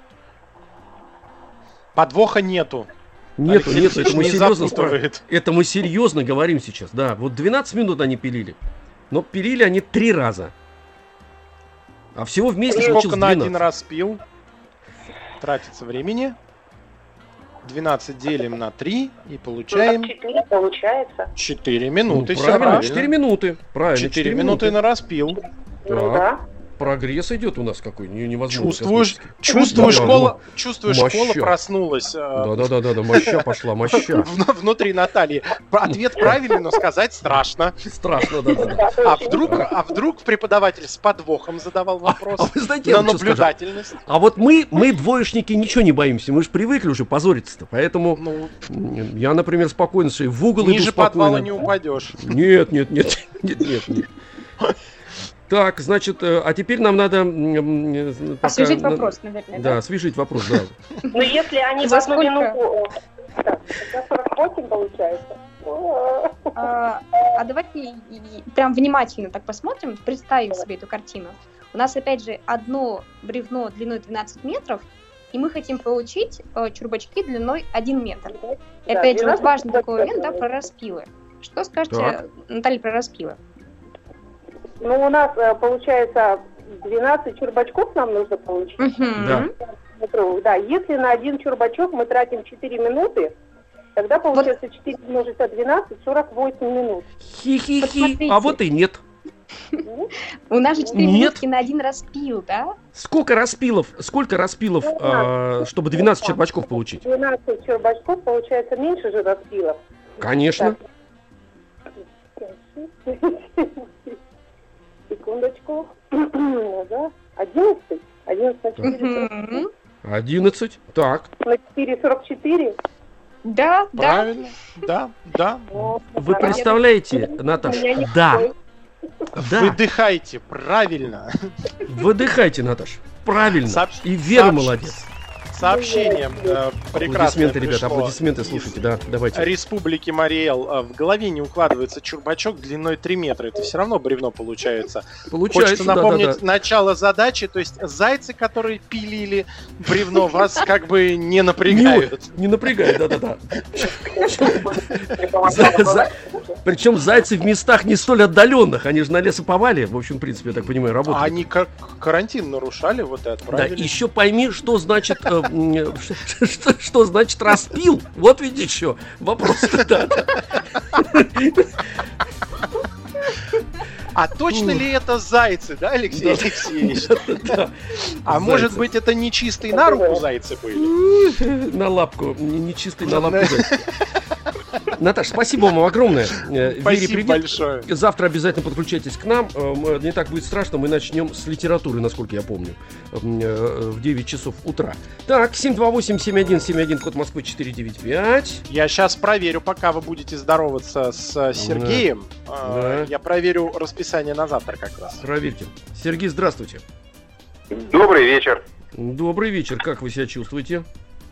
Speaker 3: Подвоха нету.
Speaker 2: Нету,
Speaker 3: Алексей
Speaker 2: это мы
Speaker 3: не
Speaker 2: серьезно
Speaker 3: запутывает.
Speaker 2: это мы серьезно говорим сейчас. Да, вот 12 минут они пилили, но пилили они 3 раза. А всего вместе
Speaker 3: Сколько
Speaker 2: получилось
Speaker 3: на
Speaker 2: 12.
Speaker 3: один раз пил? Тратится времени. 12 делим на 3 и получаем
Speaker 5: 4 получается.
Speaker 3: 4 минуты. всё
Speaker 2: правильно,
Speaker 3: правильно.
Speaker 2: 4 минуты. Правильно,
Speaker 3: 4 минуты на распил.
Speaker 2: Так, прогресс идет у нас какой, невозможно.
Speaker 3: Чувствуешь,
Speaker 2: Да,
Speaker 3: школа
Speaker 2: моща.
Speaker 3: проснулась.
Speaker 2: Да, моща пошла, моща.
Speaker 3: Внутри Натальи. Ответ правильный, но сказать страшно.
Speaker 2: Страшно, да.
Speaker 3: А вдруг преподаватель с подвохом задавал вопрос
Speaker 2: Вы знаете, я
Speaker 3: на
Speaker 2: вам что скажу?
Speaker 3: наблюдательность?
Speaker 2: А вот мы, двоечники, ничего не боимся. Мы же привыкли уже позориться-то. Поэтому
Speaker 3: Ну,
Speaker 2: я, например, спокойно шею в угол иду
Speaker 3: ниже
Speaker 2: спокойно.
Speaker 3: подвала не упадешь.
Speaker 2: Нет. Так, значит, а теперь нам надо...
Speaker 4: Освежить вопрос, наверное, да?
Speaker 2: Да, освежить вопрос, да.
Speaker 5: Ну, если они в
Speaker 4: За
Speaker 5: одну
Speaker 4: сколько?
Speaker 5: минуту... Так, за 48 получается.
Speaker 4: А давайте прям внимательно так посмотрим, представим себе эту картину. У нас, опять же, одно бревно длиной 12 метров, и мы хотим получить чурбачки длиной 1 метр. И
Speaker 5: Да,
Speaker 4: опять же, вот
Speaker 5: 12
Speaker 4: важный такой
Speaker 5: чурбачков.
Speaker 4: момент, да, про распилы. Что скажете,
Speaker 2: Так.
Speaker 4: Наталья, про распилы?
Speaker 5: Ну, у нас получается 12 чурбачков нам нужно получить.
Speaker 4: Мгм.
Speaker 2: Да.
Speaker 5: Да, если на один чурбачок мы тратим 4 минуты, тогда получается 4 умножить на 12, 48 минут.
Speaker 2: Хи-хи-хи.
Speaker 4: Посмотрите.
Speaker 2: А вот и нет.
Speaker 4: У нас же 4
Speaker 2: Нет.
Speaker 4: минутки на один распил, да?
Speaker 2: Сколько распилов, чтобы 12 черпачков получить?
Speaker 5: 12 чурбачков получается меньше же распилов.
Speaker 2: Конечно.
Speaker 5: Секундочку. Да. 11? 11 на 4,
Speaker 4: Мгм.
Speaker 2: 11. Так.
Speaker 5: на 4, 44.
Speaker 4: Да, да.
Speaker 3: Правильно? Да.
Speaker 2: Вы представляете, Наташа? Да. Да.
Speaker 3: Выдыхайте, правильно.
Speaker 2: Выдыхайте, Наташа. Правильно. И Вера молодец.
Speaker 3: Сообщением прекрасное
Speaker 2: Аплодисменты, ребята,
Speaker 3: пришло
Speaker 2: аплодисменты,
Speaker 3: из
Speaker 2: слушайте, да, давайте.
Speaker 3: Республики Мариэл. В голове не укладывается чурбачок длиной 3 метра. Это все равно бревно получается.
Speaker 2: Получается,
Speaker 3: Хочется напомнить
Speaker 2: да.
Speaker 3: начало задачи. То есть зайцы, которые пилили бревно, вас как бы не напрягают.
Speaker 2: Не напрягает, да. Причем зайцы в местах не столь отдаленных. Они же на лесоповале, в общем, в принципе, я так понимаю,
Speaker 3: А
Speaker 2: работают.
Speaker 3: они как карантин нарушали, вот и
Speaker 2: Да,
Speaker 3: отправили.
Speaker 2: еще пойми, что значит что значит распил. Вот видишь еще вопрос. Да.
Speaker 3: А точно ли это зайцы, да, Алексей Алексеевич? А может быть, это не чистые на руку зайцы были?
Speaker 2: На лапку, нечистый на лапку. Наташа, спасибо вам огромное. Вере,
Speaker 3: Спасибо
Speaker 2: привет.
Speaker 3: большое.
Speaker 2: Завтра обязательно подключайтесь к нам. Не так будет страшно. Мы начнем с литературы, насколько я помню, в 9 часов утра. Так, 728-7171, код Москвы 495.
Speaker 3: Я сейчас проверю, пока вы будете здороваться с Сергеем.
Speaker 2: Да.
Speaker 3: Я проверю расписание на завтра как раз.
Speaker 2: Проверьте. Сергей, здравствуйте.
Speaker 7: Добрый вечер.
Speaker 2: Добрый вечер. Как вы себя чувствуете?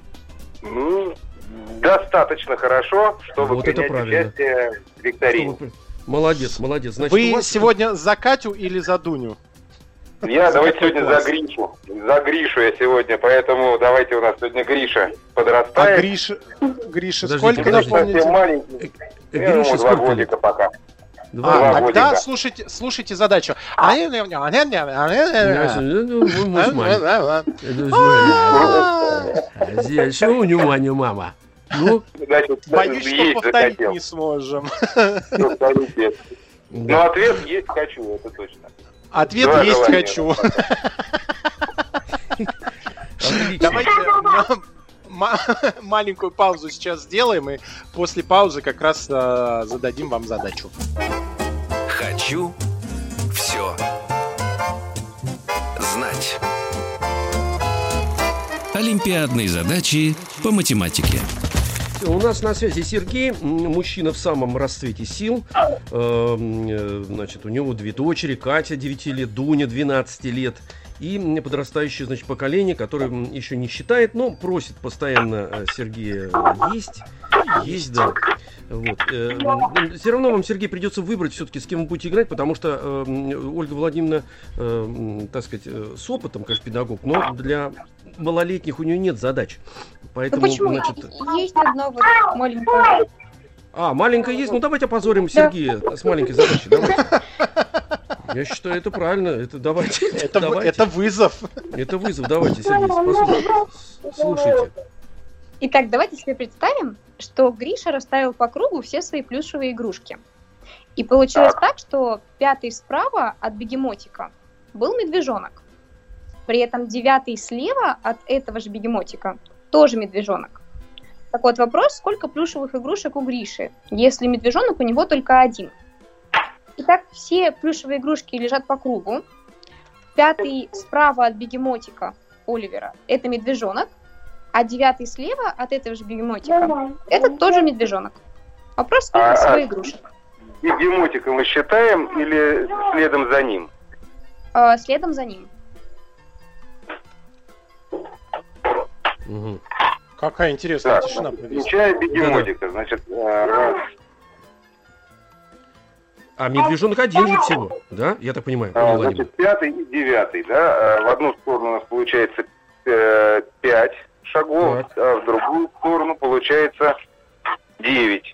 Speaker 7: Достаточно хорошо, чтобы
Speaker 2: Вот это
Speaker 7: принять
Speaker 2: правильно.
Speaker 7: участие в викторине.
Speaker 2: Молодец. Значит, у
Speaker 3: Вы
Speaker 2: вас
Speaker 3: сегодня за Катю или за Дуню?
Speaker 7: Давайте сегодня за Гришу. За Гришу я сегодня, поэтому давайте у нас сегодня Гриша подрастает.
Speaker 3: А Гриша
Speaker 2: Подождите,
Speaker 3: сколько,
Speaker 2: подождите.
Speaker 3: напомните?
Speaker 7: Совсем маленький.
Speaker 2: Гриша
Speaker 7: 2
Speaker 2: сколько лет?
Speaker 7: годика пока.
Speaker 2: Два
Speaker 3: Тогда
Speaker 7: годика.
Speaker 3: слушайте задачу.
Speaker 2: Что у него мама? Ну,
Speaker 7: Значит,
Speaker 3: Боюсь, что
Speaker 7: есть
Speaker 3: повторить
Speaker 7: захотел.
Speaker 3: не сможем.
Speaker 7: Повторите. Ну,
Speaker 2: да.
Speaker 7: ответ есть хочу, это точно.
Speaker 3: Ответ
Speaker 7: Два
Speaker 3: есть
Speaker 7: желания.
Speaker 3: хочу.
Speaker 2: Отлично.
Speaker 3: Давайте маленькую паузу сейчас сделаем, и после паузы как раз зададим вам задачу.
Speaker 1: Хочу все знать. Олимпиадные задачи по математике.
Speaker 2: У нас на связи Сергей, мужчина в самом расцвете сил. Значит, у него 2 дочери, Катя 9 лет, Дуня 12 лет. И подрастающее, значит, поколение, которое еще не считает, но просит постоянно Сергея есть, да. Вот. Все равно вам, Сергей, придется выбрать все-таки, с кем вы будете играть, потому что Ольга Владимировна, так сказать, с опытом, конечно, педагог, но для малолетних у нее нет задач. Поэтому,
Speaker 4: Ну почему?
Speaker 2: значит...
Speaker 4: Есть одно вот маленькое.
Speaker 2: маленькая есть? Ну давайте опозорим Сергея с маленькой задачей. Давайте. Я считаю, это правильно. Это давайте.
Speaker 3: Это вызов.
Speaker 2: Это вызов. Давайте, Сергей, слушайте.
Speaker 4: Итак, давайте себе представим, что Гриша расставил по кругу все свои плюшевые игрушки. И получилось так, что 5-й справа от бегемотика был медвежонок. При этом 9-й слева от этого же бегемотика тоже медвежонок. Так вот, вопрос, сколько плюшевых игрушек у Гриши, если медвежонок у него только один. Итак, все плюшевые игрушки лежат по кругу. 5-й справа от бегемотика Оливера – это медвежонок, а 9-й слева от этого же бегемотика – это тоже медвежонок. Вопрос, сколько всего игрушек?
Speaker 7: Бегемотика мы считаем или следом за ним?
Speaker 4: Следом за ним.
Speaker 2: Угу.
Speaker 3: Какая интересная
Speaker 7: Так,
Speaker 3: тишина повисла.
Speaker 7: включая бегемотика, значит, раз.
Speaker 2: А медвежонок один же всего, да? Я так понимаю, Ольга Владимировна.
Speaker 7: Значит, 5-й и 9-й, да? В одну сторону у нас получается 5 шагов,
Speaker 2: Так.
Speaker 7: а в другую сторону получается 9.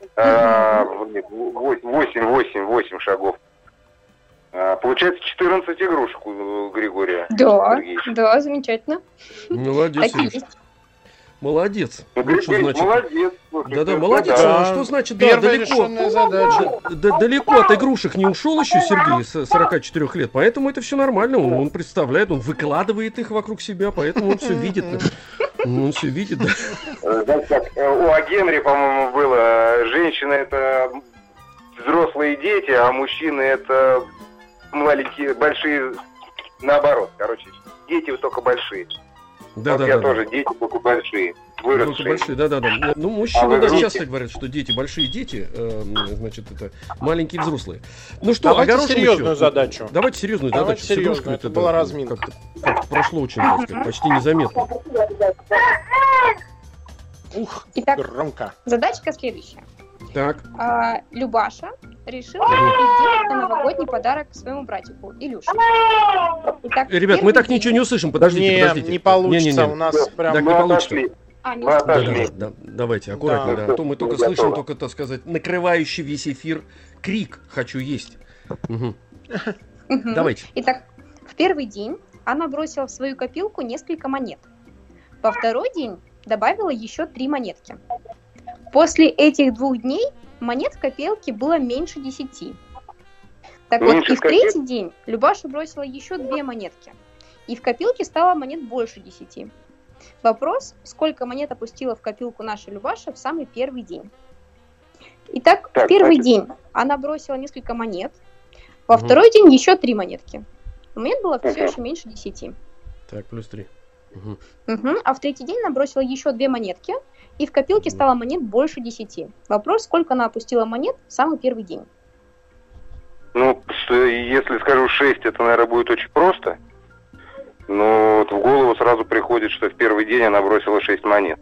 Speaker 7: 8 шагов. Получается 14 игрушек у Григория.
Speaker 4: Да,
Speaker 7: Сергеевича.
Speaker 4: да, замечательно.
Speaker 2: Молодец,
Speaker 4: Так и
Speaker 2: Сереж.
Speaker 4: есть.
Speaker 2: Молодец.
Speaker 7: Ну,
Speaker 2: Вот что
Speaker 7: Григорий,
Speaker 2: значит.
Speaker 7: молодец. слушай,
Speaker 2: Да-да,
Speaker 7: ты
Speaker 2: молодец.
Speaker 7: да.
Speaker 2: Что значит, да,
Speaker 3: Первая
Speaker 2: далеко.
Speaker 3: решенная задача.
Speaker 2: Далеко от игрушек не ушел еще Сергей с 44 лет, поэтому это все нормально. Он представляет, он выкладывает их вокруг себя, поэтому он все видит. Он все видит, да.
Speaker 7: Знаете, как у Генри, по-моему, было: женщины — это взрослые дети, а мужчины — это маленькие, большие, наоборот. Короче, дети только большие.
Speaker 2: Да,
Speaker 7: вот
Speaker 2: да,
Speaker 7: я
Speaker 2: да.
Speaker 7: тоже дети только большие,
Speaker 2: Только
Speaker 7: выросшие.
Speaker 2: большие, да. Ну, мужчины
Speaker 7: А вы
Speaker 2: даже
Speaker 7: видите?
Speaker 2: часто говорят, что дети, большие дети, значит, это маленькие взрослые. Ну что,
Speaker 3: Давайте
Speaker 2: огорошим
Speaker 3: серьезную
Speaker 2: еще?
Speaker 3: задачу.
Speaker 2: Давайте серьезную
Speaker 3: Давайте
Speaker 2: задачу. С
Speaker 3: серьезную,
Speaker 2: игрушками
Speaker 3: это была разминка.
Speaker 2: Как-то прошло очень, так сказать, почти незаметно.
Speaker 3: Ух,
Speaker 4: Итак,
Speaker 3: громко.
Speaker 4: задачка следующая.
Speaker 2: Так,
Speaker 4: Любаша решила купить денег на новогодний подарок своему братику Илюше. Итак,
Speaker 2: ребят, мы так ничего не услышим, подождите.
Speaker 3: Не получится,
Speaker 2: Не-не-не.
Speaker 3: у нас прям...
Speaker 2: Так,
Speaker 7: Мы
Speaker 2: не получится.
Speaker 7: отошли.
Speaker 4: не
Speaker 7: Мы отошли.
Speaker 2: Да, давайте, аккуратнее,
Speaker 3: Да.
Speaker 2: да. А то мы только
Speaker 7: Готово.
Speaker 2: слышим, только, так сказать, накрывающий весь эфир крик «хочу есть». Мгм.
Speaker 4: Мгм.
Speaker 2: Давайте.
Speaker 4: Итак, в первый день она бросила в свою копилку несколько монет. Во второй день добавила еще 3 монетки. После этих 2 дней монет в копилке было меньше 10. Так вот,
Speaker 7: Меньше
Speaker 4: и в
Speaker 7: копилки?
Speaker 4: третий день Любаша бросила еще 2 монетки. И в копилке стало монет больше 10. Вопрос, сколько монет опустила в копилку наша Любаша в самый первый день. Итак,
Speaker 7: Так,
Speaker 4: в первый
Speaker 7: значит-
Speaker 4: день она бросила несколько монет. Во
Speaker 2: Мгм.
Speaker 4: второй день еще 3 монетки. Монет было все
Speaker 7: Мгм.
Speaker 4: еще меньше 10.
Speaker 2: Так, плюс 3. Мгм.
Speaker 4: Мгм. А в третий день она бросила еще 2 монетки, и в копилке стало монет больше 10. Вопрос, сколько она опустила монет в самый первый день.
Speaker 7: Ну, если скажу 6, это, наверное, будет очень просто. Но вот в голову сразу приходит, что в первый день она бросила 6 монет.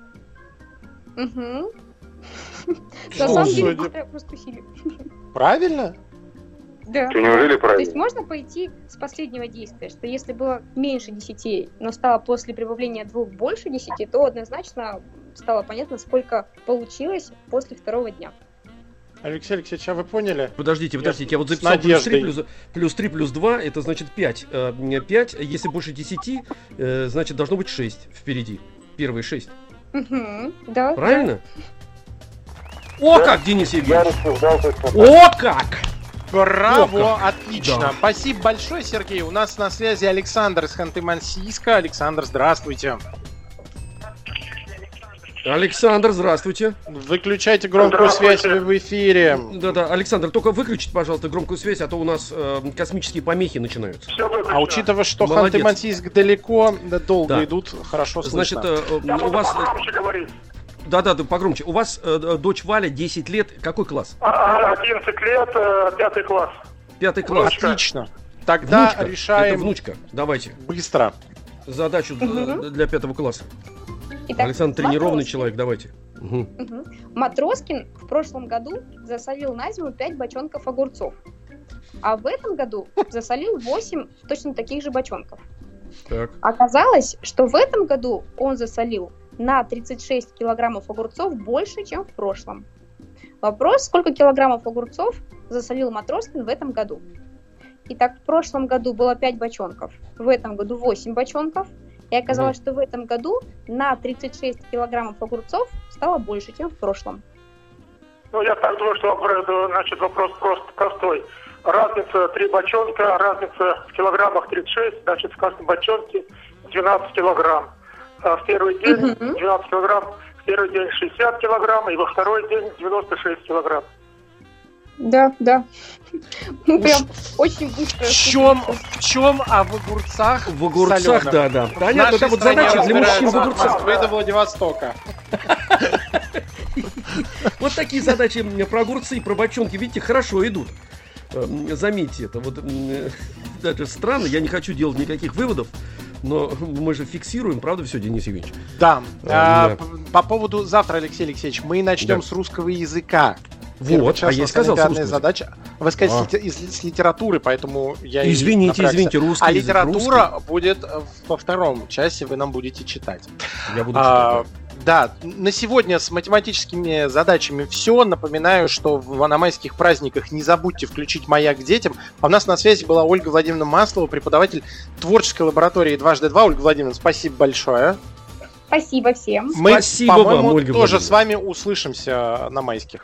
Speaker 4: Мгм.
Speaker 3: Что,
Speaker 4: На самом деле,
Speaker 3: судя-
Speaker 4: быстро раскусили.
Speaker 3: Правильно?
Speaker 4: Да.
Speaker 7: Что, неужели
Speaker 4: То
Speaker 7: правильно?
Speaker 4: есть можно пойти с последнего действия, что если было меньше 10, но стало после прибавления 2 больше 10, то однозначно стало понятно, сколько получилось после второго дня.
Speaker 3: Алексей Алексеевич, а вы поняли?
Speaker 2: Подождите, я вот
Speaker 3: С
Speaker 2: записал
Speaker 3: надеждой.
Speaker 2: плюс 3 плюс 2, это значит 5. 5, если больше 10, значит должно быть 6 впереди. Первые 6.
Speaker 4: Угу, да.
Speaker 2: Правильно? О, как, Денис
Speaker 6: Я
Speaker 2: Евгеньевич!
Speaker 6: рассуждал только
Speaker 2: О, как!
Speaker 3: Браво, отлично.
Speaker 2: Да.
Speaker 3: Спасибо большое, Сергей. У нас на связи Александр из Ханты-Мансийска. Александр, здравствуйте.
Speaker 2: Александр, здравствуйте.
Speaker 3: Выключайте громкую связь, вы в эфире.
Speaker 2: Да-да, Александр, только выключите, пожалуйста, громкую связь, а то у нас космические помехи начинаются.
Speaker 3: А учитывая, что
Speaker 2: Молодец.
Speaker 3: Ханты-Мансийск далеко, да, долго
Speaker 2: Да.
Speaker 3: идут, хорошо слышно.
Speaker 2: Значит, у вас... Да-да, погромче. У вас дочь Валя, 10 лет. Какой класс?
Speaker 8: 11 лет, 5 класс.
Speaker 2: 5 класс.
Speaker 3: Отлично. Тогда
Speaker 2: Внучка.
Speaker 3: решаем
Speaker 2: Это внучка. Давайте.
Speaker 3: быстро.
Speaker 2: Задачу для 5 класса.
Speaker 4: Итак,
Speaker 2: Александр тренированный
Speaker 4: Матроскин.
Speaker 2: человек, давайте. Угу.
Speaker 4: Мгм. Матроскин в прошлом году засолил на зиму 5 бочонков огурцов. А в этом году засолил 8 точно таких же бочонков.
Speaker 2: Так.
Speaker 4: Оказалось, что в этом году он засолил на 36 килограммов огурцов больше, чем в прошлом. Вопрос, сколько килограммов огурцов засолил Матроскин в этом году? Итак, в прошлом году было 5 бочонков, в этом году 8 бочонков. И оказалось, что в этом году на 36 килограммов огурцов стало больше, чем в прошлом.
Speaker 8: Ну, я так думаю, что значит, вопрос просто простой. Разница 3 бочонка, разница в килограммах 36, значит, в каждом бочонке 12 килограмм. А в первый день 12 килограмм, в первый день 60 килограмм, и во второй день 96 килограмм.
Speaker 4: Да, да. Ну, прям очень быстро.
Speaker 3: В чем, а в огурцах?
Speaker 2: В огурцах,
Speaker 3: солёных?
Speaker 2: да.
Speaker 3: В
Speaker 2: Понятно,
Speaker 3: нашей
Speaker 2: это вот
Speaker 3: стране
Speaker 2: задача для мужчин в
Speaker 3: разбираются от
Speaker 2: огурцах.
Speaker 3: Москвы до Владивостока.
Speaker 2: Вот такие задачи про огурцы и про бочонки, видите, хорошо идут. Заметьте это. Вот даже странно, я не хочу делать никаких выводов, но мы же фиксируем, правда, все, Денис Евгеньевич?
Speaker 3: Да.
Speaker 2: Да.
Speaker 3: По поводу завтра, Алексей Алексеевич, мы начнем
Speaker 2: Да.
Speaker 3: с русского языка.
Speaker 2: Вот, а я и сказал, с
Speaker 3: олимпиадная
Speaker 2: русского.
Speaker 3: задача. Вы сказали с литературы, поэтому я и
Speaker 2: Извините,
Speaker 3: напрягся.
Speaker 2: русский
Speaker 3: А
Speaker 2: язык,
Speaker 3: литература будет во втором часе, вы нам будете читать.
Speaker 2: Я буду читать.
Speaker 3: Да, на сегодня с математическими задачами все. Напоминаю, что на майских праздниках не забудьте включить «Маяк детям». А у нас на связи была Ольга Владимировна Маслова, преподаватель творческой лаборатории 2x2. Ольга Владимировна, спасибо большое.
Speaker 4: Спасибо всем.
Speaker 3: Мы,
Speaker 2: Спасибо
Speaker 3: по-моему,
Speaker 2: вам, Ольга
Speaker 3: тоже
Speaker 2: Владимировна.
Speaker 3: с вами услышимся на майских.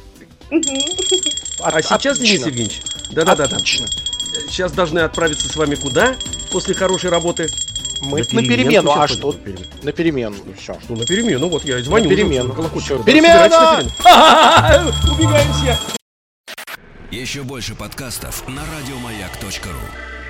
Speaker 2: А сейчас, Денис
Speaker 3: Отлично.
Speaker 2: Евгеньевич, да-да-да,
Speaker 3: Отлично.
Speaker 2: сейчас должны отправиться с вами куда после хорошей работы?
Speaker 3: Мы на перемену,
Speaker 2: сейчас
Speaker 3: а
Speaker 2: пойдем.
Speaker 3: что? На перемену, все.
Speaker 2: Ну, на перемену, вот я и звоню.
Speaker 3: На перемену.
Speaker 2: уже, колокольчик,
Speaker 3: Всё,
Speaker 2: да,
Speaker 3: перемена!
Speaker 2: собирайтесь на перемену. Убегаем все!
Speaker 1: Еще больше подкастов на радиомаяк.ру.